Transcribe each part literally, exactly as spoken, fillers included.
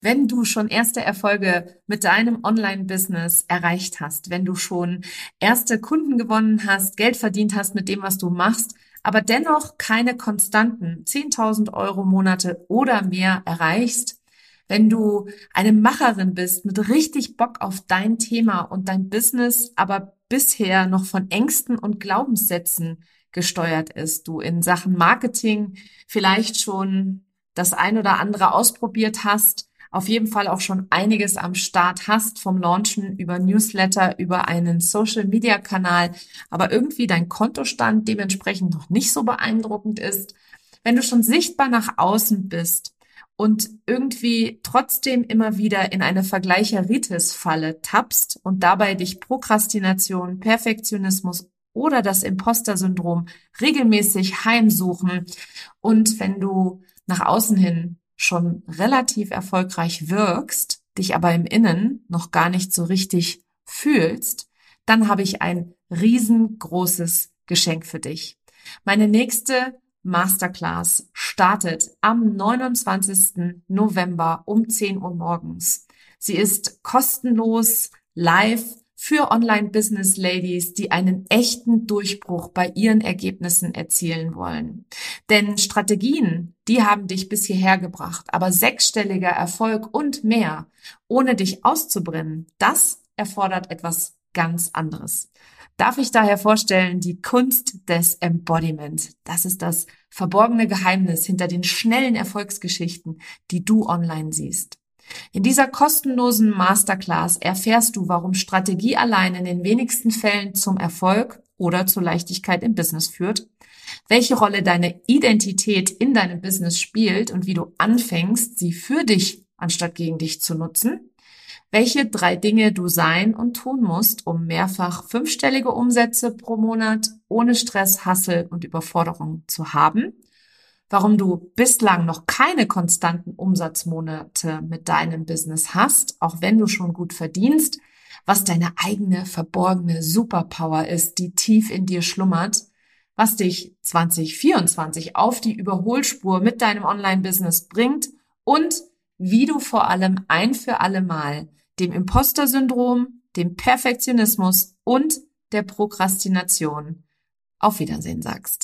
Wenn du schon erste Erfolge mit deinem Online-Business erreicht hast, wenn du schon erste Kunden gewonnen hast, Geld verdient hast mit dem, was du machst, aber dennoch keine konstanten zehntausend Euro Monate oder mehr erreichst, wenn du eine Macherin bist mit richtig Bock auf dein Thema und dein Business, aber bisher noch von Ängsten und Glaubenssätzen gesteuert ist, du in Sachen Marketing vielleicht schon das ein oder andere ausprobiert hast, auf jeden Fall auch schon einiges am Start hast, vom Launchen über Newsletter, über einen Social-Media-Kanal, aber irgendwie dein Kontostand dementsprechend noch nicht so beeindruckend ist, wenn du schon sichtbar nach außen bist und irgendwie trotzdem immer wieder in eine Vergleicheritis-Falle tappst und dabei dich Prokrastination, Perfektionismus oder das Imposter-Syndrom regelmäßig heimsuchen und wenn du nach außen hin schon relativ erfolgreich wirkst, dich aber im Innen noch gar nicht so richtig fühlst, dann habe ich ein riesengroßes Geschenk für dich. Meine nächste Masterclass startet am neunundzwanzigsten November um zehn Uhr morgens. Sie ist kostenlos live für Online-Business-Ladies, die einen echten Durchbruch bei ihren Ergebnissen erzielen wollen. Denn Strategien, die haben dich bis hierher gebracht, aber sechsstelliger Erfolg und mehr, ohne dich auszubrennen, das erfordert etwas ganz anderes. Darf ich daher vorstellen, die Kunst des Embodiment. Das ist das verborgene Geheimnis hinter den schnellen Erfolgsgeschichten, die du online siehst. In dieser kostenlosen Masterclass erfährst du, warum Strategie allein in den wenigsten Fällen zum Erfolg oder zur Leichtigkeit im Business führt, welche Rolle deine Identität in deinem Business spielt und wie du anfängst, sie für dich anstatt gegen dich zu nutzen, welche drei Dinge du sein und tun musst, um mehrfach fünfstellige Umsätze pro Monat ohne Stress, Hassel und Überforderung zu haben, warum du bislang noch keine konstanten Umsatzmonate mit deinem Business hast, auch wenn du schon gut verdienst, was deine eigene verborgene Superpower ist, die tief in dir schlummert, was dich zwanzig vierundzwanzig auf die Überholspur mit deinem Online-Business bringt und wie du vor allem ein für alle Mal dem Imposter-Syndrom, dem Perfektionismus und der Prokrastination auf Wiedersehen sagst.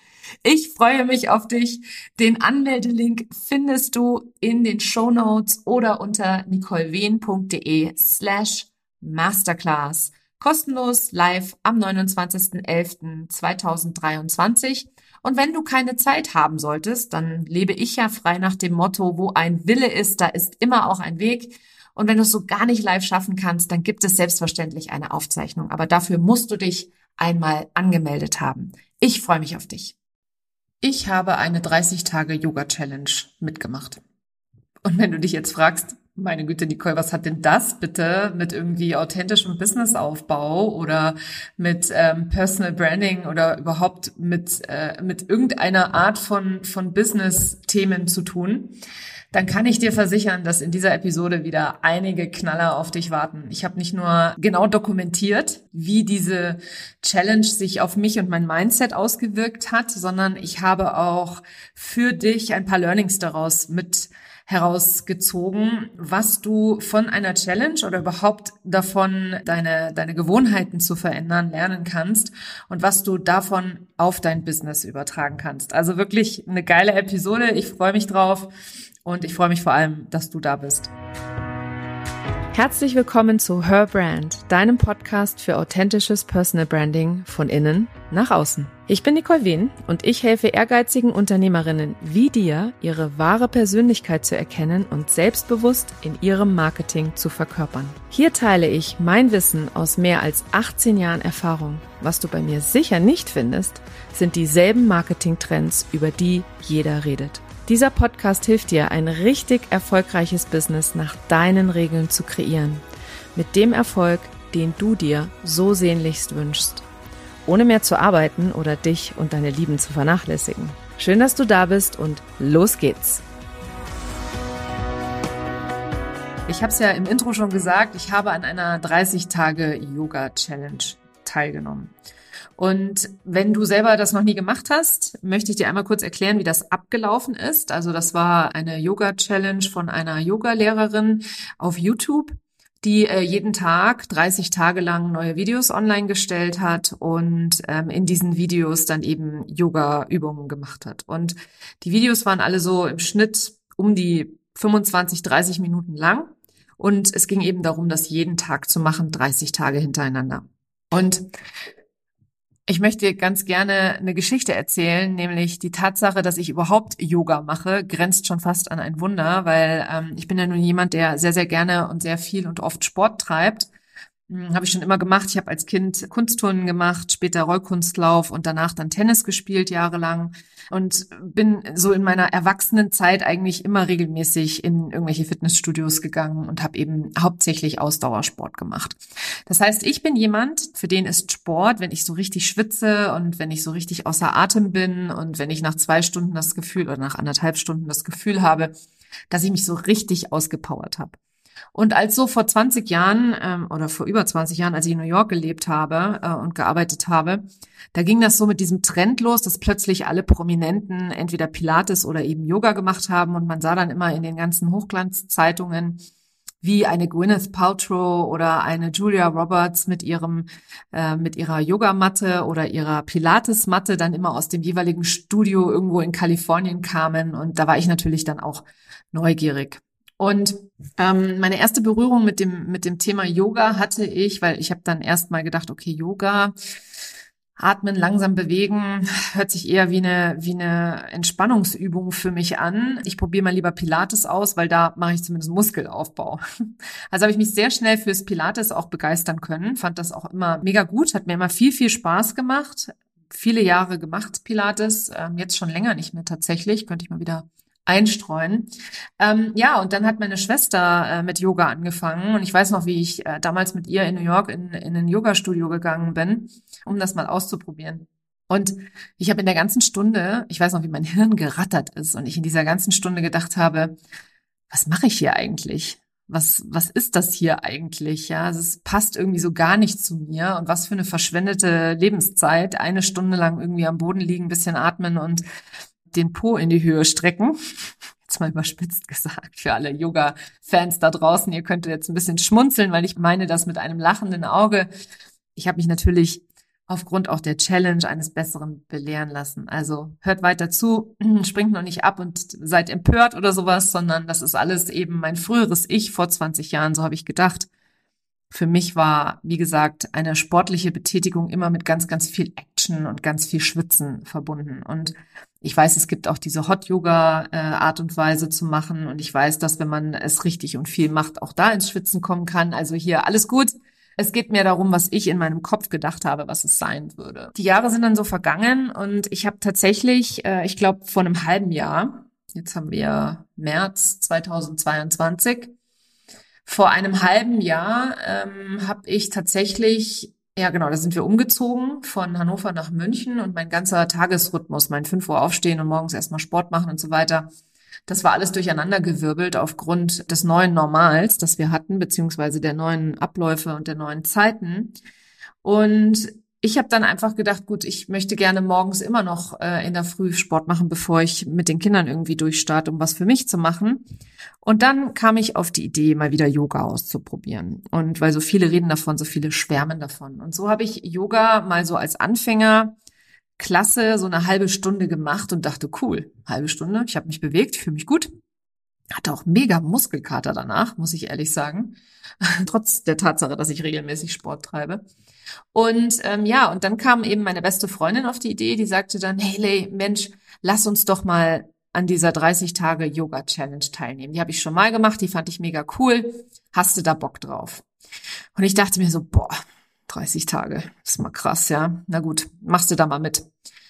Ich freue mich auf dich. Den Anmeldelink findest du in den Shownotes oder unter nicolewehn.de slash masterclass. Kostenlos live am neunundzwanzigsten elften zweitausenddreiundzwanzig. Und wenn du keine Zeit haben solltest, dann lebe ich ja frei nach dem Motto, wo ein Wille ist, da ist immer auch ein Weg. Und wenn du es so gar nicht live schaffen kannst, dann gibt es selbstverständlich eine Aufzeichnung. Aber dafür musst du dich einmal angemeldet haben. Ich freue mich auf dich. Ich habe eine dreißig-Tage-Yoga-Challenge mitgemacht. Und wenn du dich jetzt fragst, meine Güte, Nicole, was hat denn das bitte mit irgendwie authentischem Businessaufbau oder mit ähm, Personal Branding oder überhaupt mit äh, mit irgendeiner Art von von Business-Themen zu tun? Dann kann ich dir versichern, dass in dieser Episode wieder einige Knaller auf dich warten. Ich habe nicht nur genau dokumentiert, wie diese Challenge sich auf mich und mein Mindset ausgewirkt hat, sondern ich habe auch für dich ein paar Learnings daraus mit herausgezogen, was du von einer Challenge oder überhaupt davon, deine, deine Gewohnheiten zu verändern, lernen kannst und was du davon auf dein Business übertragen kannst. Also wirklich eine geile Episode. Ich freue mich drauf. Und ich freue mich vor allem, dass du da bist. Herzlich willkommen zu Her Brand, deinem Podcast für authentisches Personal Branding von innen nach außen. Ich bin Nicole Wehn und ich helfe ehrgeizigen Unternehmerinnen wie dir, ihre wahre Persönlichkeit zu erkennen und selbstbewusst in ihrem Marketing zu verkörpern. Hier teile ich mein Wissen aus mehr als achtzehn Jahren Erfahrung. Was du bei mir sicher nicht findest, sind dieselben Marketingtrends, über die jeder redet. Dieser Podcast hilft dir, ein richtig erfolgreiches Business nach deinen Regeln zu kreieren. Mit dem Erfolg, den du dir so sehnlichst wünschst. Ohne mehr zu arbeiten oder dich und deine Lieben zu vernachlässigen. Schön, dass du da bist und los geht's! Ich habe es ja im Intro schon gesagt, ich habe an einer dreißig-Tage-Yoga-Challenge teilgenommen. Und wenn du selber das noch nie gemacht hast, möchte ich dir einmal kurz erklären, wie das abgelaufen ist. Also das war eine Yoga-Challenge von einer Yoga-Lehrerin auf YouTube, die äh, jeden Tag dreißig Tage lang neue Videos online gestellt hat und ähm, in diesen Videos dann eben Yoga-Übungen gemacht hat. Und die Videos waren alle so im Schnitt um die fünfundzwanzig, dreißig Minuten lang. Und es ging eben darum, das jeden Tag zu machen, dreißig Tage hintereinander. Und ich möchte ganz gerne eine Geschichte erzählen, nämlich die Tatsache, dass ich überhaupt Yoga mache, grenzt schon fast an ein Wunder, weil ähm, ich bin ja nun jemand, der sehr, sehr gerne und sehr viel und oft Sport treibt. Hm, habe ich schon immer gemacht. Ich habe als Kind Kunstturnen gemacht, später Rollkunstlauf und danach dann Tennis gespielt jahrelang und bin so in meiner Erwachsenenzeit eigentlich immer regelmäßig in irgendwelche Fitnessstudios gegangen und habe eben hauptsächlich Ausdauersport gemacht. Das heißt, ich bin jemand, für den ist Sport, wenn ich so richtig schwitze und wenn ich so richtig außer Atem bin und wenn ich nach zwei Stunden das Gefühl oder nach anderthalb Stunden das Gefühl habe, dass ich mich so richtig ausgepowert habe. Und als so vor zwanzig Jahren ähm, oder vor über zwanzig Jahren, als ich in New York gelebt habe äh, und gearbeitet habe, da ging das so mit diesem Trend los, dass plötzlich alle Prominenten entweder Pilates oder eben Yoga gemacht haben und man sah dann immer in den ganzen Hochglanzzeitungen, wie eine Gwyneth Paltrow oder eine Julia Roberts mit ihrem äh, mit ihrer Yogamatte oder ihrer Pilatesmatte dann immer aus dem jeweiligen Studio irgendwo in Kalifornien kamen und da war ich natürlich dann auch neugierig. Und ähm, meine erste Berührung mit dem mit dem Thema Yoga hatte ich, weil ich habe dann erst mal gedacht, okay, Yoga, atmen, langsam bewegen, hört sich eher wie eine wie eine Entspannungsübung für mich an. Ich probiere mal lieber Pilates aus, weil da mache ich zumindest Muskelaufbau. Also habe ich mich sehr schnell fürs Pilates auch begeistern können, fand das auch immer mega gut, hat mir immer viel, viel Spaß gemacht. Viele Jahre gemacht Pilates, ähm, jetzt schon länger nicht mehr tatsächlich, könnte ich mal wieder einstreuen. Ähm, ja, und dann hat meine Schwester äh, mit Yoga angefangen und ich weiß noch, wie ich äh, damals mit ihr in New York in, in ein Yoga-Studio gegangen bin, um das mal auszuprobieren. Und ich habe in der ganzen Stunde, ich weiß noch, wie mein Hirn gerattert ist und ich in dieser ganzen Stunde gedacht habe, was mache ich hier eigentlich? Was, was ist das hier eigentlich? Ja, also es passt irgendwie so gar nicht zu mir und was für eine verschwendete Lebenszeit, eine Stunde lang irgendwie am Boden liegen, ein bisschen atmen und den Po in die Höhe strecken. Jetzt mal überspitzt gesagt für alle Yoga-Fans da draußen. Ihr könnt jetzt ein bisschen schmunzeln, weil ich meine das mit einem lachenden Auge. Ich habe mich natürlich aufgrund auch der Challenge eines Besseren belehren lassen. Also hört weiter zu, springt noch nicht ab und seid empört oder sowas, sondern das ist alles eben mein früheres Ich vor zwanzig Jahren, so habe ich gedacht. Für mich war, wie gesagt, eine sportliche Betätigung immer mit ganz, ganz viel Action und ganz viel Schwitzen verbunden. Und ich weiß, es gibt auch diese Hot-Yoga-Art und Weise zu machen. Und ich weiß, dass wenn man es richtig und viel macht, auch da ins Schwitzen kommen kann. Also hier alles gut. Es geht mir darum, was ich in meinem Kopf gedacht habe, was es sein würde. Die Jahre sind dann so vergangen und ich habe tatsächlich, äh, ich glaube, vor einem halben Jahr, jetzt haben wir März zweitausendzweiundzwanzig, vor einem halben Jahr ähm, habe ich tatsächlich, ja genau, da sind wir umgezogen von Hannover nach München und mein ganzer Tagesrhythmus, mein fünf Uhr aufstehen und morgens erstmal Sport machen und so weiter, das war alles durcheinandergewirbelt aufgrund des neuen Normals, das wir hatten, beziehungsweise der neuen Abläufe und der neuen Zeiten. Und ich habe dann einfach gedacht, gut, ich möchte gerne morgens immer noch äh, in der Früh Sport machen, bevor ich mit den Kindern irgendwie durchstarte, um was für mich zu machen. Und dann kam ich auf die Idee, mal wieder Yoga auszuprobieren. Und weil so viele reden davon, so viele schwärmen davon. Und so habe ich Yoga mal so als Anfänger Klasse so eine halbe Stunde gemacht und dachte, cool, halbe Stunde, ich habe mich bewegt, fühle mich gut. Hatte auch mega Muskelkater danach, muss ich ehrlich sagen. Trotz der Tatsache, dass ich regelmäßig Sport treibe. Und ähm, ja, und dann kam eben meine beste Freundin auf die Idee, die sagte dann, hey Lei, Mensch, lass uns doch mal an dieser dreißig Tage Yoga Challenge teilnehmen. Die habe ich schon mal gemacht, die fand ich mega cool. Hast du da Bock drauf? Und ich dachte mir so, boah, dreißig Tage, das ist mal krass, ja. Na gut, machst du da mal mit.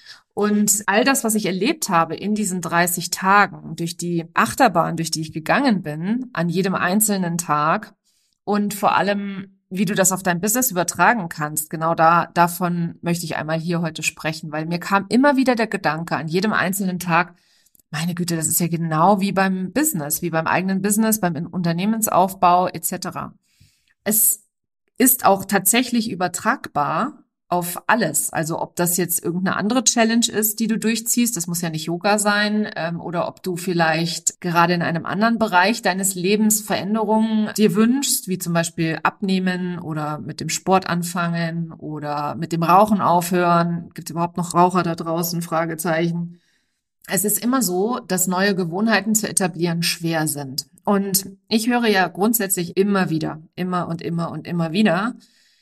Und all das, was ich erlebt habe in diesen dreißig Tagen, durch die Achterbahn, durch die ich gegangen bin, an jedem einzelnen Tag und vor allem, wie du das auf dein Business übertragen kannst, genau da, davon möchte ich einmal hier heute sprechen, weil mir kam immer wieder der Gedanke an jedem einzelnen Tag, meine Güte, das ist ja genau wie beim Business, wie beim eigenen Business, beim Unternehmensaufbau et cetera. Es ist auch tatsächlich übertragbar auf alles. Also ob das jetzt irgendeine andere Challenge ist, die du durchziehst, das muss ja nicht Yoga sein, ähm, oder ob du vielleicht gerade in einem anderen Bereich deines Lebens Veränderungen dir wünschst, wie zum Beispiel abnehmen oder mit dem Sport anfangen oder mit dem Rauchen aufhören. Gibt es überhaupt noch Raucher da draußen? Fragezeichen. Es ist immer so, dass neue Gewohnheiten zu etablieren schwer sind. Und ich höre ja grundsätzlich immer wieder, immer und immer und immer wieder,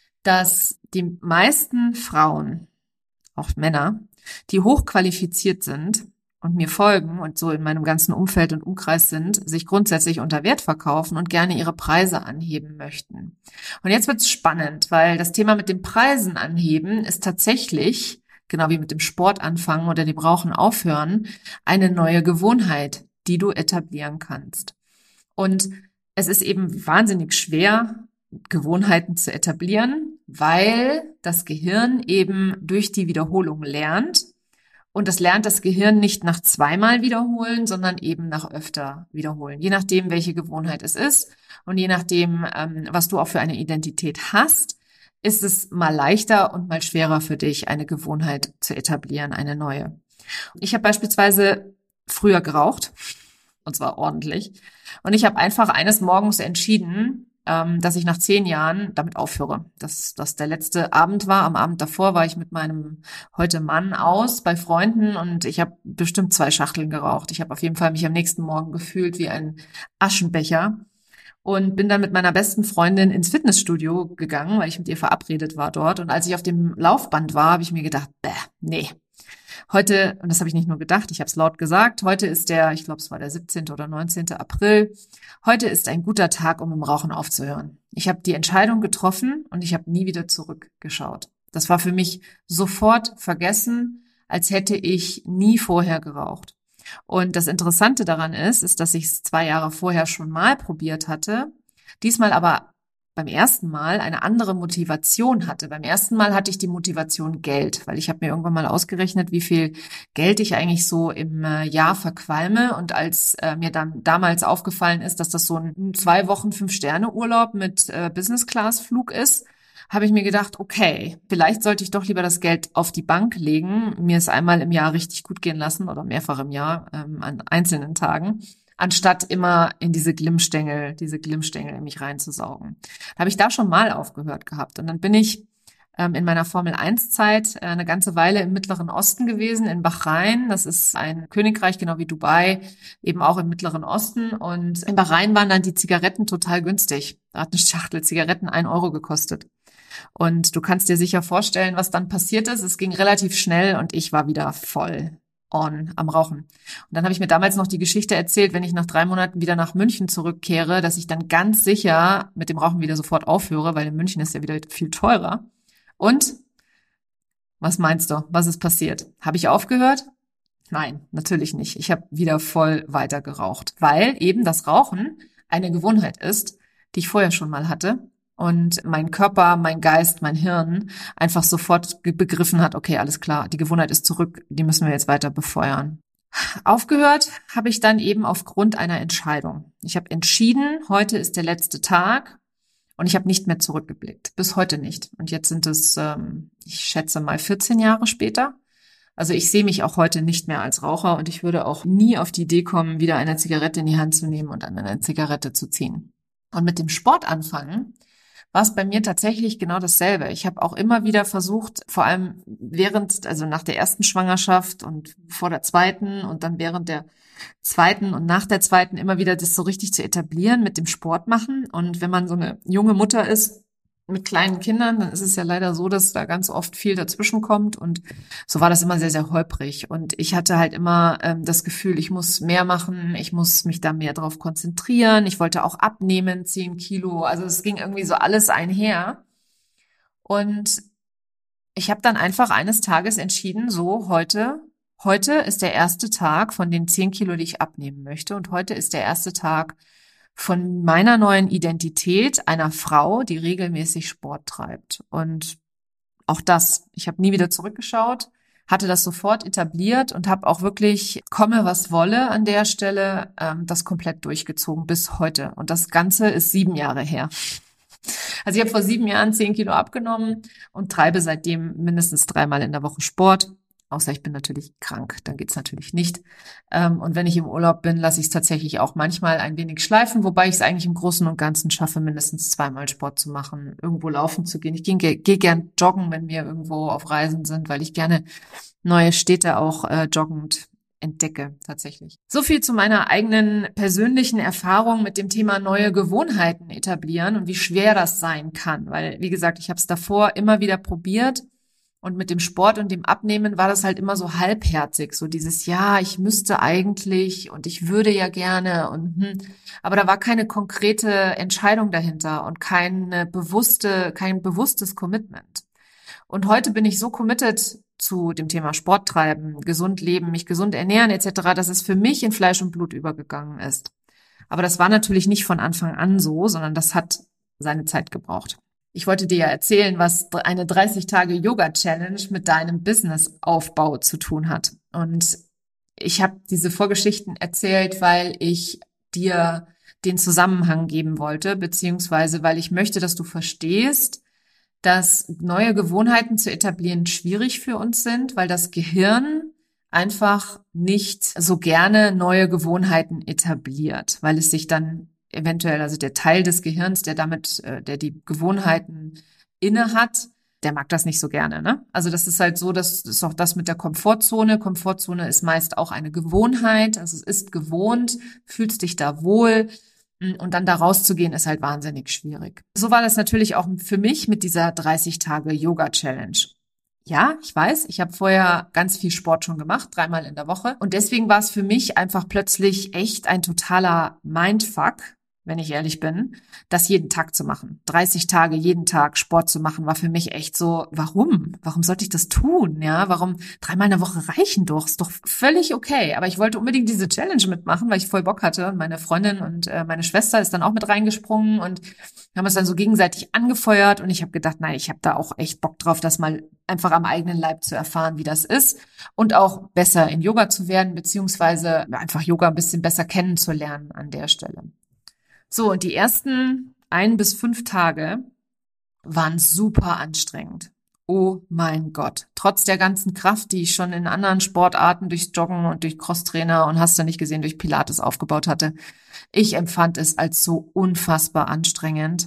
dass die meisten Frauen, auch Männer, die hochqualifiziert sind und mir folgen und so in meinem ganzen Umfeld und Umkreis sind, sich grundsätzlich unter Wert verkaufen und gerne ihre Preise anheben möchten. Und jetzt wird's spannend, weil das Thema mit den Preisen anheben ist tatsächlich, genau wie mit dem Sport anfangen oder dem Rauchen aufhören, eine neue Gewohnheit, die du etablieren kannst. Und es ist eben wahnsinnig schwer, Gewohnheiten zu etablieren, weil das Gehirn eben durch die Wiederholung lernt. Und das lernt das Gehirn nicht nach zweimal wiederholen, sondern eben nach öfter wiederholen. Je nachdem, welche Gewohnheit es ist und je nachdem, ähm, was du auch für eine Identität hast, ist es mal leichter und mal schwerer für dich, eine Gewohnheit zu etablieren, eine neue. Ich habe beispielsweise früher geraucht, und zwar ordentlich. Und ich habe einfach eines Morgens entschieden, ähm, dass ich nach zehn Jahren damit aufhöre. Dass das der letzte Abend war. Am Abend davor war ich mit meinem heute Mann aus bei Freunden und ich habe bestimmt zwei Schachteln geraucht. Ich habe auf jeden Fall mich am nächsten Morgen gefühlt wie ein Aschenbecher und bin dann mit meiner besten Freundin ins Fitnessstudio gegangen, weil ich mit ihr verabredet war dort. Und als ich auf dem Laufband war, habe ich mir gedacht, bäh, nee. Heute, und das habe ich nicht nur gedacht, ich habe es laut gesagt, heute ist der, ich glaube, es war der siebzehnte oder neunzehnte April, heute ist ein guter Tag, um im Rauchen aufzuhören. Ich habe die Entscheidung getroffen und ich habe nie wieder zurückgeschaut. Das war für mich sofort vergessen, als hätte ich nie vorher geraucht. Und das Interessante daran ist, ist, dass ich es zwei Jahre vorher schon mal probiert hatte, diesmal aber beim ersten Mal eine andere Motivation hatte. Beim ersten Mal hatte ich die Motivation Geld, weil ich habe mir irgendwann mal ausgerechnet, wie viel Geld ich eigentlich so im äh, Jahr verqualme. Und als äh, mir dann damals aufgefallen ist, dass das so ein zwei Wochen Fünf-Sterne-Urlaub mit äh, Business-Class-Flug ist, habe ich mir gedacht, okay, vielleicht sollte ich doch lieber das Geld auf die Bank legen, mir es einmal im Jahr richtig gut gehen lassen oder mehrfach im Jahr ähm, an einzelnen Tagen, anstatt immer in diese Glimmstängel, diese Glimmstängel in mich reinzusaugen. Da habe ich da schon mal aufgehört gehabt. Und dann bin ich ähm, in meiner Formel eins Zeit äh, eine ganze Weile im Mittleren Osten gewesen, in Bahrain. Das ist ein Königreich, genau wie Dubai, eben auch im Mittleren Osten. Und in Bahrain waren dann die Zigaretten total günstig. Da hat eine Schachtel Zigaretten ein Euro gekostet. Und du kannst dir sicher vorstellen, was dann passiert ist. Es ging relativ schnell und ich war wieder voll on am Rauchen. Und dann habe ich mir damals noch die Geschichte erzählt, wenn ich nach drei Monaten wieder nach München zurückkehre, dass ich dann ganz sicher mit dem Rauchen wieder sofort aufhöre, weil in München ist ja wieder viel teurer. Und was meinst du? Was ist passiert? Habe ich aufgehört? Nein, natürlich nicht. Ich habe wieder voll weiter geraucht, weil eben das Rauchen eine Gewohnheit ist, die ich vorher schon mal hatte. Und mein Körper, mein Geist, mein Hirn einfach sofort begriffen hat, okay, alles klar, die Gewohnheit ist zurück, die müssen wir jetzt weiter befeuern. Aufgehört habe ich dann eben aufgrund einer Entscheidung. Ich habe entschieden, heute ist der letzte Tag und ich habe nicht mehr zurückgeblickt, bis heute nicht. Und jetzt sind es, ähm, ich schätze mal, vierzehn Jahre später. Also ich sehe mich auch heute nicht mehr als Raucher und ich würde auch nie auf die Idee kommen, wieder eine Zigarette in die Hand zu nehmen und an eine Zigarette zu ziehen. Und mit dem Sport anfangen war es bei mir tatsächlich genau dasselbe. Ich habe auch immer wieder versucht, vor allem während, also nach der ersten Schwangerschaft und vor der zweiten und dann während der zweiten und nach der zweiten immer wieder das so richtig zu etablieren mit dem Sport machen. Und wenn man so eine junge Mutter ist mit kleinen Kindern, dann ist es ja leider so, dass da ganz oft viel dazwischen kommt. Und so war das immer sehr, sehr holprig. Und ich hatte halt immer ähm, das Gefühl, ich muss mehr machen, ich muss mich da mehr drauf konzentrieren. Ich wollte auch abnehmen, zehn Kilo. Also es ging irgendwie so alles einher. Und ich habe dann einfach eines Tages entschieden, so heute, heute ist der erste Tag von den zehn Kilo, die ich abnehmen möchte. Und heute ist der erste Tag von meiner neuen Identität einer Frau, die regelmäßig Sport treibt. Und auch das, ich habe nie wieder zurückgeschaut, hatte das sofort etabliert und habe auch wirklich, komme was wolle an der Stelle, ähm, das komplett durchgezogen bis heute. Und das Ganze ist sieben Jahre her. Also ich habe vor sieben Jahren zehn Kilo abgenommen und treibe seitdem mindestens dreimal in der Woche Sport. Außer ich bin natürlich krank, dann geht's natürlich nicht. Ähm, und wenn ich im Urlaub bin, lasse ich es tatsächlich auch manchmal ein wenig schleifen, wobei ich es eigentlich im Großen und Ganzen schaffe, mindestens zweimal Sport zu machen, irgendwo laufen zu gehen. Ich gehe geh gern joggen, wenn wir irgendwo auf Reisen sind, weil ich gerne neue Städte auch äh, joggend entdecke, tatsächlich. So viel zu meiner eigenen persönlichen Erfahrung mit dem Thema neue Gewohnheiten etablieren und wie schwer das sein kann. Weil, wie gesagt, ich habe es davor immer wieder probiert. Und mit dem Sport und dem Abnehmen war das halt immer so halbherzig, so dieses, ja, ich müsste eigentlich und ich würde ja gerne und hm. Aber da war keine konkrete Entscheidung dahinter und keine bewusste, kein bewusstes Commitment. Und heute bin ich so committed zu dem Thema Sport treiben, gesund leben, mich gesund ernähren et cetera, dass es für mich in Fleisch und Blut übergegangen ist. Aber das war natürlich nicht von Anfang an so, sondern das hat seine Zeit gebraucht. Ich wollte dir ja erzählen, was eine dreißig Tage Yoga-Challenge mit deinem Businessaufbau zu tun hat. Und ich habe diese Vorgeschichten erzählt, weil ich dir den Zusammenhang geben wollte, beziehungsweise weil ich möchte, dass du verstehst, dass neue Gewohnheiten zu etablieren schwierig für uns sind, weil das Gehirn einfach nicht so gerne neue Gewohnheiten etabliert, weil es sich dann eventuell, also der Teil des Gehirns, der damit, der die Gewohnheiten inne hat, der mag das nicht so gerne, ne? Also das ist halt so, das ist auch das mit der Komfortzone. Komfortzone ist meist auch eine Gewohnheit, also es ist gewohnt, fühlst dich da wohl und dann da rauszugehen ist halt wahnsinnig schwierig. So war das natürlich auch für mich mit dieser dreißig Tage Yoga-Challenge. Ja, ich weiß, ich habe vorher ganz viel Sport schon gemacht, dreimal in der Woche. Und deswegen war es für mich einfach plötzlich echt ein totaler Mindfuck, wenn ich ehrlich bin, das jeden Tag zu machen. dreißig Tage, jeden Tag Sport zu machen, war für mich echt so, warum? Warum sollte ich das tun? Ja, warum dreimal in der Woche reichen doch? Ist doch völlig okay. Aber ich wollte unbedingt diese Challenge mitmachen, weil ich voll Bock hatte. Und meine Freundin und äh, meine Schwester ist dann auch mit reingesprungen und haben uns dann so gegenseitig angefeuert. Und ich habe gedacht, nein, ich habe da auch echt Bock drauf, das mal einfach am eigenen Leib zu erfahren, wie das ist und auch besser in Yoga zu werden, beziehungsweise einfach Yoga ein bisschen besser kennenzulernen an der Stelle. So, und die ersten ein bis fünf Tage waren super anstrengend. Oh mein Gott. Trotz der ganzen Kraft, die ich schon in anderen Sportarten durchs Joggen und durch Crosstrainer und hast du nicht gesehen, durch Pilates aufgebaut hatte. Ich empfand es als so unfassbar anstrengend.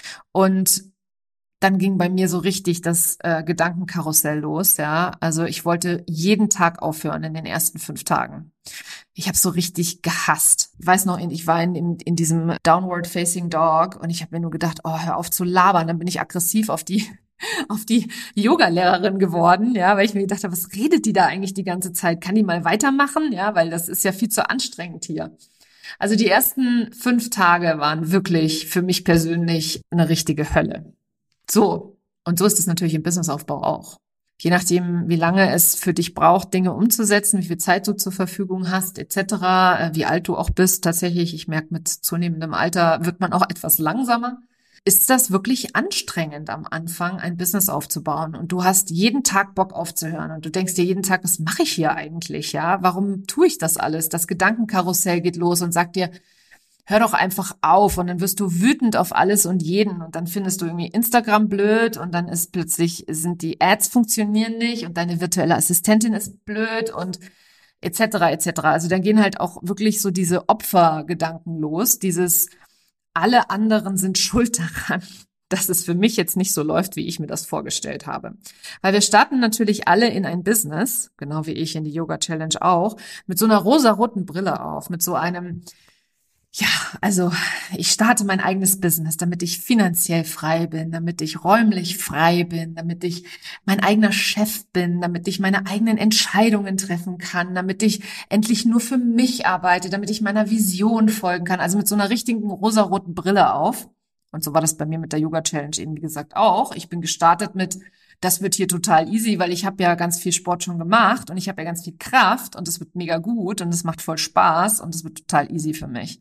Und dann ging bei mir so richtig das äh, Gedankenkarussell los, ja. Also ich wollte jeden Tag aufhören in den ersten fünf Tagen. Ich habe so richtig gehasst. Ich weiß noch, ich war in, in, in diesem Downward Facing Dog und ich habe mir nur gedacht, oh, hör auf zu labern. Dann bin ich aggressiv auf die auf die Yoga-Lehrerin geworden, ja, weil ich mir gedacht habe, was redet die da eigentlich die ganze Zeit? Kann die mal weitermachen? Ja, weil das ist ja viel zu anstrengend hier. Also die ersten fünf Tage waren wirklich für mich persönlich eine richtige Hölle. So, und so ist es natürlich im Businessaufbau auch. Je nachdem, wie lange es für dich braucht, Dinge umzusetzen, wie viel Zeit du zur Verfügung hast, et cetera, wie alt du auch bist. Tatsächlich, ich merke, mit zunehmendem Alter wird man auch etwas langsamer. Ist das wirklich anstrengend am Anfang, ein Business aufzubauen und du hast jeden Tag Bock aufzuhören und du denkst dir jeden Tag, was mache ich hier eigentlich, ja? Warum tue ich das alles? Das Gedankenkarussell geht los und sagt dir, hör doch einfach auf und dann wirst du wütend auf alles und jeden und dann findest du irgendwie Instagram blöd und dann ist plötzlich, sind die Ads funktionieren nicht und deine virtuelle Assistentin ist blöd und et cetera et cetera. Also dann gehen halt auch wirklich so diese Opfergedanken los, dieses alle anderen sind schuld daran, dass es für mich jetzt nicht so läuft, wie ich mir das vorgestellt habe. Weil wir starten natürlich alle in ein Business, genau wie ich in die Yoga Challenge auch, mit so einer rosaroten Brille auf, mit so einem ja, also ich starte mein eigenes Business, damit ich finanziell frei bin, damit ich räumlich frei bin, damit ich mein eigener Chef bin, damit ich meine eigenen Entscheidungen treffen kann, damit ich endlich nur für mich arbeite, damit ich meiner Vision folgen kann. Also mit so einer richtigen rosaroten Brille auf. Und so war das bei mir mit der Yoga Challenge eben, wie gesagt, auch. Ich bin gestartet mit, das wird hier total easy, weil ich habe ja ganz viel Sport schon gemacht und ich habe ja ganz viel Kraft und es wird mega gut und es macht voll Spaß und es wird total easy für mich.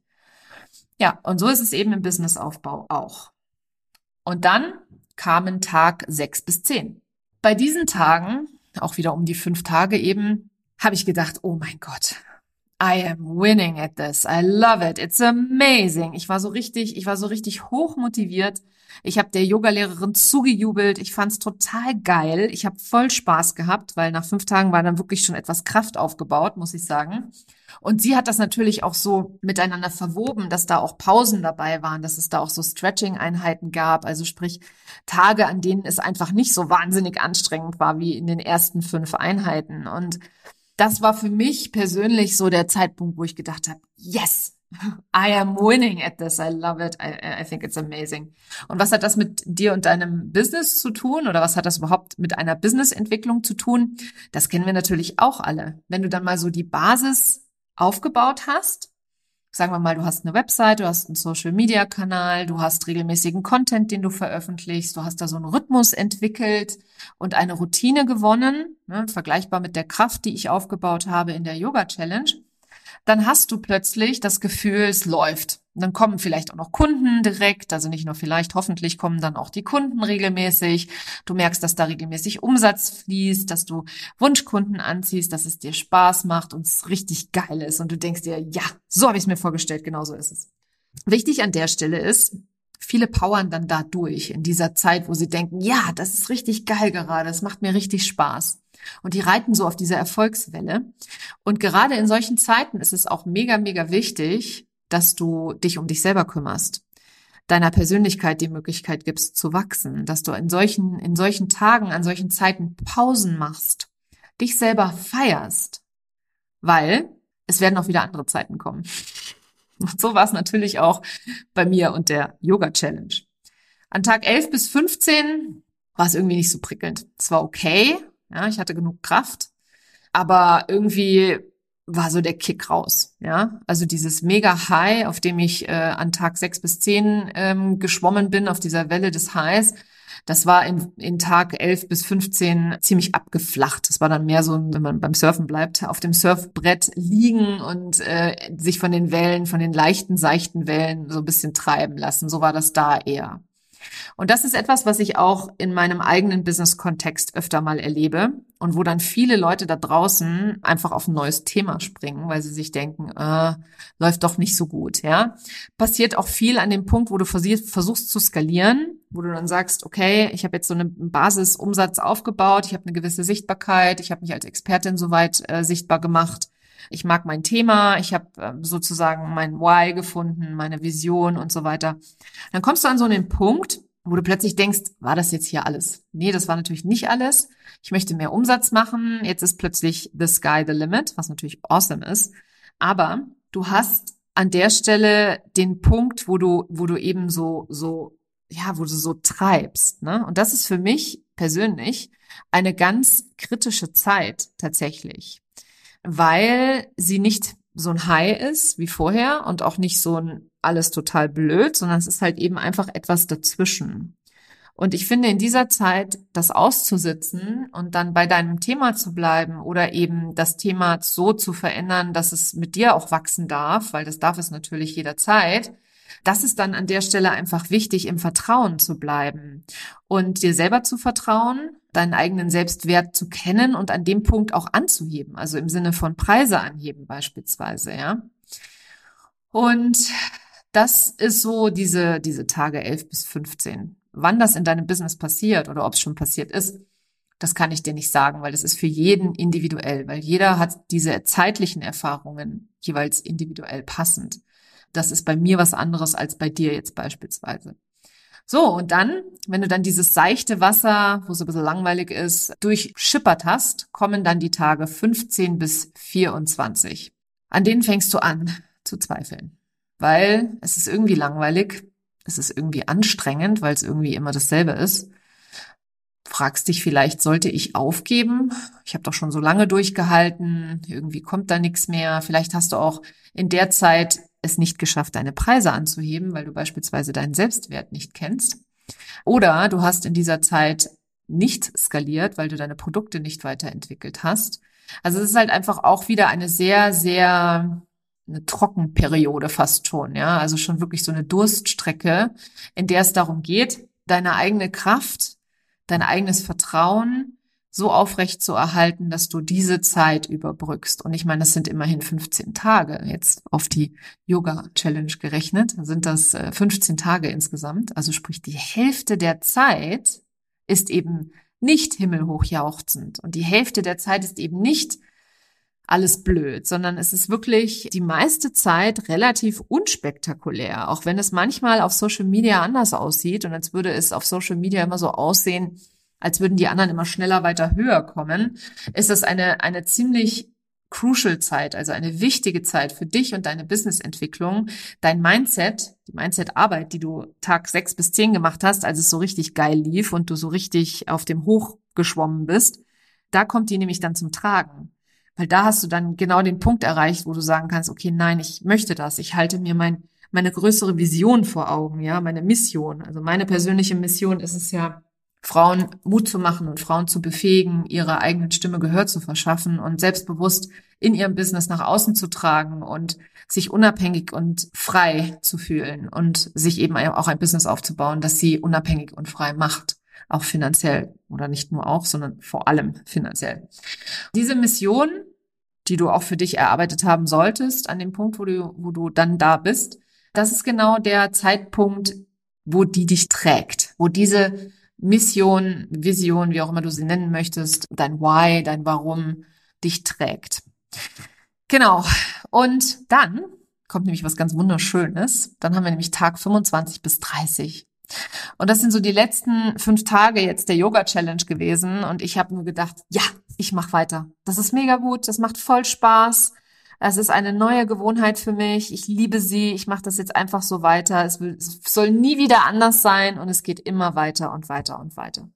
Ja, und so ist es eben im Businessaufbau auch. Und dann kamen Tag sechs bis zehn. Bei diesen Tagen, auch wieder um die fünf Tage eben, habe ich gedacht, oh mein Gott, I am winning at this. I love it. It's amazing. Ich war so richtig, ich war so richtig hoch motiviert. Ich habe der Yogalehrerin zugejubelt. Ich fand's total geil. Ich habe voll Spaß gehabt, weil nach fünf Tagen war dann wirklich schon etwas Kraft aufgebaut, muss ich sagen. Und sie hat das natürlich auch so miteinander verwoben, dass da auch Pausen dabei waren, dass es da auch so Stretching-Einheiten gab. Also sprich Tage, an denen es einfach nicht so wahnsinnig anstrengend war wie in den ersten fünf Einheiten. Und das war für mich persönlich so der Zeitpunkt, wo ich gedacht habe, yes, I am winning at this. I love it. I, I think it's amazing. Und was hat das mit dir und deinem Business zu tun? Oder was hat das überhaupt mit einer Businessentwicklung zu tun? Das kennen wir natürlich auch alle. Wenn du dann mal so die Basis aufgebaut hast, sagen wir mal, du hast eine Website, du hast einen Social-Media-Kanal, du hast regelmäßigen Content, den du veröffentlichst, du hast da so einen Rhythmus entwickelt und eine Routine gewonnen, ne, vergleichbar mit der Kraft, die ich aufgebaut habe in der Yoga-Challenge, dann hast du plötzlich das Gefühl, es läuft. Und dann kommen vielleicht auch noch Kunden direkt, also nicht nur vielleicht, hoffentlich kommen dann auch die Kunden regelmäßig. Du merkst, dass da regelmäßig Umsatz fließt, dass du Wunschkunden anziehst, dass es dir Spaß macht und es richtig geil ist. Und du denkst dir, ja, so habe ich es mir vorgestellt, genau so ist es. Wichtig an der Stelle ist, viele powern dann da durch in dieser Zeit, wo sie denken, ja, das ist richtig geil gerade, es macht mir richtig Spaß. Und die reiten so auf dieser Erfolgswelle. Und gerade in solchen Zeiten ist es auch mega, mega wichtig, dass du dich um dich selber kümmerst, deiner Persönlichkeit die Möglichkeit gibst zu wachsen, dass du in solchen, in solchen Tagen, an solchen Zeiten Pausen machst, dich selber feierst, weil es werden auch wieder andere Zeiten kommen. Und so war es natürlich auch bei mir und der Yoga-Challenge. An Tag elf bis fünfzehn war es irgendwie nicht so prickelnd. Es war okay, ja, ich hatte genug Kraft, aber irgendwie war so der Kick raus, ja. Also dieses mega High, auf dem ich äh, an Tag sechs bis zehn ähm, geschwommen bin, auf dieser Welle des Highs, das war in, in Tag elf bis fünfzehn ziemlich abgeflacht. Das war dann mehr so, wenn man beim Surfen bleibt, auf dem Surfbrett liegen und äh, sich von den Wellen, von den leichten, seichten Wellen so ein bisschen treiben lassen. So war das da eher. Und das ist etwas, was ich auch in meinem eigenen Business-Kontext öfter mal erlebe und wo dann viele Leute da draußen einfach auf ein neues Thema springen, weil sie sich denken, äh, läuft doch nicht so gut, ja. Passiert auch viel an dem Punkt, wo du versuchst zu skalieren, wo du dann sagst, okay, ich habe jetzt so einen Basisumsatz aufgebaut, ich habe eine gewisse Sichtbarkeit, ich habe mich als Expertin soweit äh, sichtbar gemacht. Ich mag mein Thema, ich habe äh, sozusagen mein Why gefunden, meine Vision und so weiter. Dann kommst du an so einen Punkt, wo du plötzlich denkst, war das jetzt hier alles? Nee, das war natürlich nicht alles. Ich möchte mehr Umsatz machen. Jetzt ist plötzlich the sky the limit, was natürlich awesome ist. Aber du hast an der Stelle den Punkt, wo du, wo du eben so, so, ja, wo du so treibst, ne? Und das ist für mich persönlich eine ganz kritische Zeit tatsächlich, weil sie nicht so ein High ist wie vorher und auch nicht so ein alles total blöd, sondern es ist halt eben einfach etwas dazwischen. Und ich finde, in dieser Zeit das auszusitzen und dann bei deinem Thema zu bleiben oder eben das Thema so zu verändern, dass es mit dir auch wachsen darf, weil das darf es natürlich jederzeit, das ist dann an der Stelle einfach wichtig, im Vertrauen zu bleiben und dir selber zu vertrauen, deinen eigenen Selbstwert zu kennen und an dem Punkt auch anzuheben, also im Sinne von Preise anheben beispielsweise, ja. Und das ist so diese, diese Tage elf bis fünfzehn. Wann das in deinem Business passiert oder ob es schon passiert ist, das kann ich dir nicht sagen, weil das ist für jeden individuell, weil jeder hat diese zeitlichen Erfahrungen jeweils individuell passend. Das ist bei mir was anderes als bei dir jetzt beispielsweise. So, und dann, wenn du dann dieses seichte Wasser, wo es ein bisschen langweilig ist, durchschippert hast, kommen dann die Tage fünfzehn bis vierundzwanzig. An denen fängst du an zu zweifeln, weil es ist irgendwie langweilig, es ist irgendwie anstrengend, weil es irgendwie immer dasselbe ist. Fragst dich vielleicht, sollte ich aufgeben? Ich habe doch schon so lange durchgehalten, irgendwie kommt da nichts mehr. Vielleicht hast du auch in der Zeit es nicht geschafft, deine Preise anzuheben, weil du beispielsweise deinen Selbstwert nicht kennst. Oder du hast in dieser Zeit nicht skaliert, weil du deine Produkte nicht weiterentwickelt hast. Also es ist halt einfach auch wieder eine sehr, sehr eine Trockenperiode fast schon, ja, also schon wirklich so eine Durststrecke, in der es darum geht, deine eigene Kraft, dein eigenes Vertrauen so aufrecht zu erhalten, dass du diese Zeit überbrückst. Und ich meine, das sind immerhin fünfzehn Tage. Jetzt auf die Yoga-Challenge gerechnet sind das äh, fünfzehn Tage insgesamt. Also sprich, die Hälfte der Zeit ist eben nicht himmelhoch jauchzend. Und die Hälfte der Zeit ist eben nicht alles blöd, sondern es ist wirklich die meiste Zeit relativ unspektakulär, auch wenn es manchmal auf Social Media anders aussieht und als würde es auf Social Media immer so aussehen, als würden die anderen immer schneller, weiter, höher kommen, ist es eine, eine ziemlich crucial Zeit, also eine wichtige Zeit für dich und deine Businessentwicklung, dein Mindset, die Mindset-Arbeit, die du Tag sechs bis zehn gemacht hast, als es so richtig geil lief und du so richtig auf dem Hoch geschwommen bist, da kommt die nämlich dann zum Tragen. Weil da hast du dann genau den Punkt erreicht, wo du sagen kannst, okay, nein, ich möchte das. Ich halte mir mein, meine größere Vision vor Augen, ja, meine Mission. Also meine persönliche Mission ist es ja, Frauen Mut zu machen und Frauen zu befähigen, ihrer eigenen Stimme Gehör zu verschaffen und selbstbewusst in ihrem Business nach außen zu tragen und sich unabhängig und frei zu fühlen und sich eben auch ein Business aufzubauen, das sie unabhängig und frei macht. Auch finanziell oder nicht nur auch, sondern vor allem finanziell. Diese Mission, die du auch für dich erarbeitet haben solltest, an dem Punkt, wo du, wo du dann da bist, das ist genau der Zeitpunkt, wo die dich trägt, wo diese Mission, Vision, wie auch immer du sie nennen möchtest, dein Why, dein Warum dich trägt. Genau. Und dann kommt nämlich was ganz Wunderschönes. Dann haben wir nämlich Tag fünfundzwanzig bis dreißig. Und das sind so die letzten fünf Tage jetzt der Yoga-Challenge gewesen. Und ich habe nur gedacht, ja, ich mache weiter. Das ist mega gut, das macht voll Spaß. Es ist eine neue Gewohnheit für mich. Ich liebe sie. Ich mache das jetzt einfach so weiter. Es, will, es soll nie wieder anders sein. Und es geht immer weiter und weiter und weiter.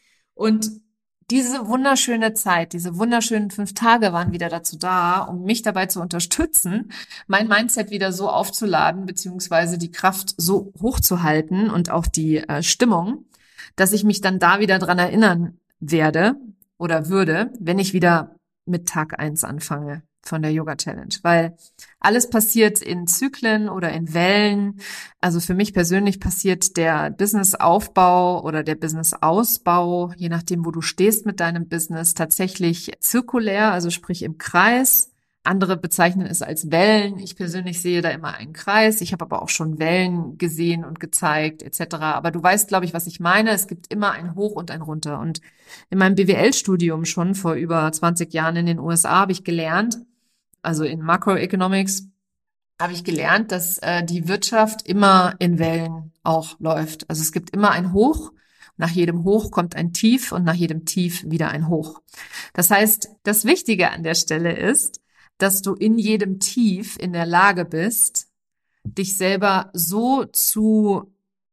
Und diese wunderschöne Zeit, diese wunderschönen fünf Tage waren wieder dazu da, um mich dabei zu unterstützen, mein Mindset wieder so aufzuladen, beziehungsweise die Kraft so hochzuhalten und auch die äh, Stimmung, dass ich mich dann da wieder dran erinnern werde oder würde, wenn ich wieder mit Tag eins anfange von der Yoga Challenge, weil alles passiert in Zyklen oder in Wellen. Also für mich persönlich passiert der Businessaufbau oder der Businessausbau, je nachdem, wo du stehst mit deinem Business, tatsächlich zirkulär, also sprich im Kreis. Andere bezeichnen es als Wellen. Ich persönlich sehe da immer einen Kreis. Ich habe aber auch schon Wellen gesehen und gezeigt et cetera. Aber du weißt, glaube ich, was ich meine. Es gibt immer ein Hoch und ein Runter. Und in meinem B W L-Studium schon vor über zwanzig Jahren in den U S A habe ich gelernt, also in Macroeconomics, habe ich gelernt, dass äh, die Wirtschaft immer in Wellen auch läuft. Also es gibt immer ein Hoch, nach jedem Hoch kommt ein Tief und nach jedem Tief wieder ein Hoch. Das heißt, das Wichtige an der Stelle ist, dass du in jedem Tief in der Lage bist, dich selber so zu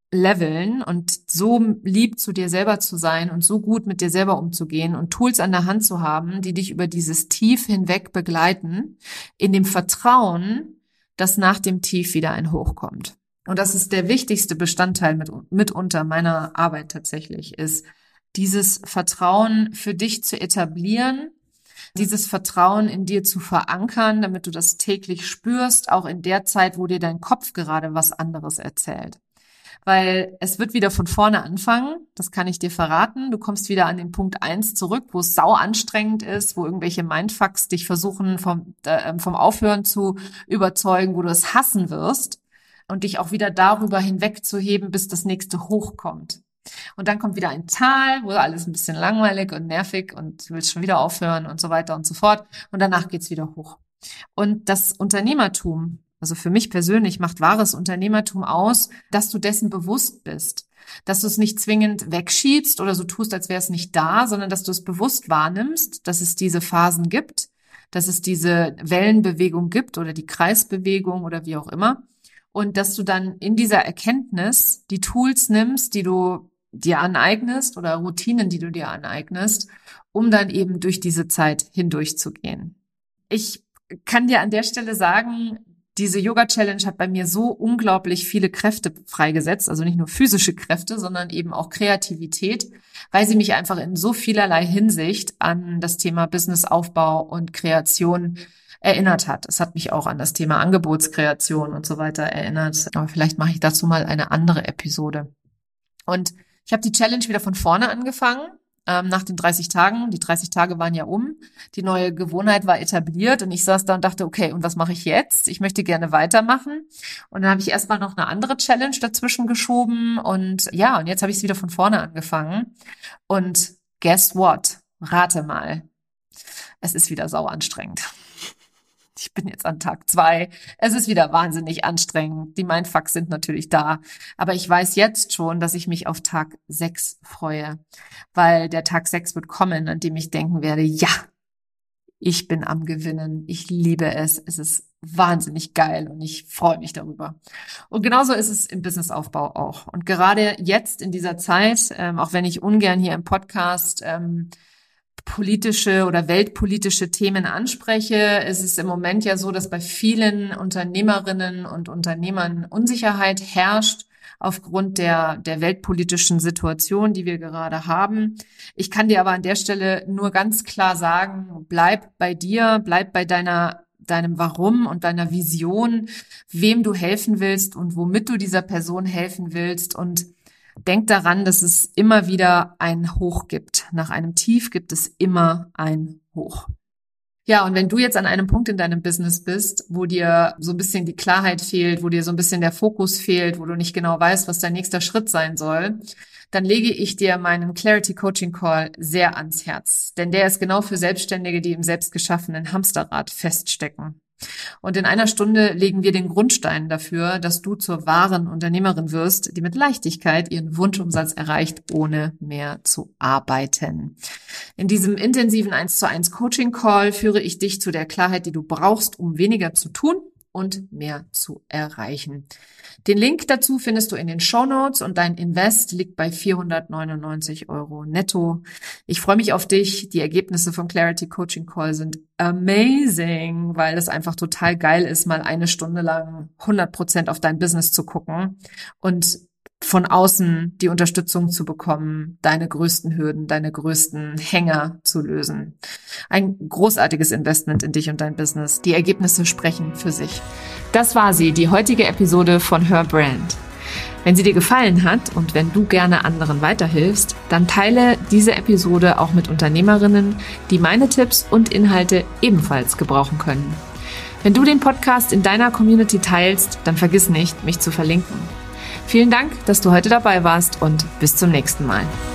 leveln und so lieb zu dir selber zu sein und so gut mit dir selber umzugehen und Tools an der Hand zu haben, die dich über dieses Tief hinweg begleiten, in dem Vertrauen, dass nach dem Tief wieder ein Hoch kommt. Und das ist der wichtigste Bestandteil mit, mitunter meiner Arbeit tatsächlich, ist dieses Vertrauen für dich zu etablieren, dieses Vertrauen in dir zu verankern, damit du das täglich spürst, auch in der Zeit, wo dir dein Kopf gerade was anderes erzählt. Weil es wird wieder von vorne anfangen, das kann ich dir verraten. Du kommst wieder an den Punkt eins zurück, wo es sau anstrengend ist, wo irgendwelche Mindfucks dich versuchen vom, äh, vom Aufhören zu überzeugen, wo du es hassen wirst und dich auch wieder darüber hinwegzuheben, bis das nächste Hoch kommt. Und dann kommt wieder ein Tal, wo alles ein bisschen langweilig und nervig und du willst schon wieder aufhören und so weiter und so fort. Und danach geht's wieder hoch. Und das Unternehmertum, also für mich persönlich macht wahres Unternehmertum aus, dass du dessen bewusst bist. Dass du es nicht zwingend wegschiebst oder so tust, als wäre es nicht da, sondern dass du es bewusst wahrnimmst, dass es diese Phasen gibt, dass es diese Wellenbewegung gibt oder die Kreisbewegung oder wie auch immer. Und dass du dann in dieser Erkenntnis die Tools nimmst, die du dir aneignest oder Routinen, die du dir aneignest, um dann eben durch diese Zeit hindurchzugehen. Ich kann dir an der Stelle sagen, diese Yoga-Challenge hat bei mir so unglaublich viele Kräfte freigesetzt, also nicht nur physische Kräfte, sondern eben auch Kreativität, weil sie mich einfach in so vielerlei Hinsicht an das Thema Businessaufbau und Kreation erinnert hat. Es hat mich auch an das Thema Angebotskreation und so weiter erinnert. Aber vielleicht mache ich dazu mal eine andere Episode. Und ich habe die Challenge wieder von vorne angefangen. ähm, nach den dreißig Tagen. Die dreißig Tage waren ja um. Die neue Gewohnheit war etabliert und ich saß da und dachte, okay, und was mache ich jetzt? Ich möchte gerne weitermachen. Und dann habe ich erstmal noch eine andere Challenge dazwischen geschoben und ja, und jetzt habe ich es wieder von vorne angefangen. Und guess what? Rate mal. Es ist wieder sau anstrengend. Ich bin jetzt an Tag zwei. Es ist wieder wahnsinnig anstrengend. Die Mindfucks sind natürlich da. Aber ich weiß jetzt schon, dass ich mich auf Tag sechs freue. Weil der Tag sechs wird kommen, an dem ich denken werde, ja, ich bin am Gewinnen. Ich liebe es. Es ist wahnsinnig geil und ich freue mich darüber. Und genauso ist es im Businessaufbau auch. Und gerade jetzt in dieser Zeit, ähm, auch wenn ich ungern hier im Podcast ähm, politische oder weltpolitische Themen anspreche, ist es im Moment ja so, dass bei vielen Unternehmerinnen und Unternehmern Unsicherheit herrscht aufgrund der, der weltpolitischen Situation, die wir gerade haben. Ich kann dir aber an der Stelle nur ganz klar sagen, bleib bei dir, bleib bei deiner deinem Warum und deiner Vision, wem du helfen willst und womit du dieser Person helfen willst, und denk daran, dass es immer wieder ein Hoch gibt. Nach einem Tief gibt es immer ein Hoch. Ja, und wenn du jetzt an einem Punkt in deinem Business bist, wo dir so ein bisschen die Klarheit fehlt, wo dir so ein bisschen der Fokus fehlt, wo du nicht genau weißt, was dein nächster Schritt sein soll, dann lege ich dir meinen Clarity Coaching Call sehr ans Herz. Denn der ist genau für Selbstständige, die im selbstgeschaffenen Hamsterrad feststecken. Und in einer Stunde legen wir den Grundstein dafür, dass du zur wahren Unternehmerin wirst, die mit Leichtigkeit ihren Wunschumsatz erreicht, ohne mehr zu arbeiten. In diesem intensiven eins zu eins Coaching Call führe ich dich zu der Klarheit, die du brauchst, um weniger zu tun und mehr zu erreichen. Den Link dazu findest du in den Shownotes und dein Invest liegt bei vierhundertneunundneunzig Euro netto. Ich freue mich auf dich. Die Ergebnisse vom Clarity Coaching Call sind amazing, weil es einfach total geil ist, mal eine Stunde lang hundert Prozent auf dein Business zu gucken und von außen die Unterstützung zu bekommen, deine größten Hürden, deine größten Hänger zu lösen. Ein großartiges Investment in dich und dein Business. Die Ergebnisse sprechen für sich. Das war sie, die heutige Episode von Her Brand. Wenn sie dir gefallen hat und wenn du gerne anderen weiterhilfst, dann teile diese Episode auch mit Unternehmerinnen, die meine Tipps und Inhalte ebenfalls gebrauchen können. Wenn du den Podcast in deiner Community teilst, dann vergiss nicht, mich zu verlinken. Vielen Dank, dass du heute dabei warst und bis zum nächsten Mal.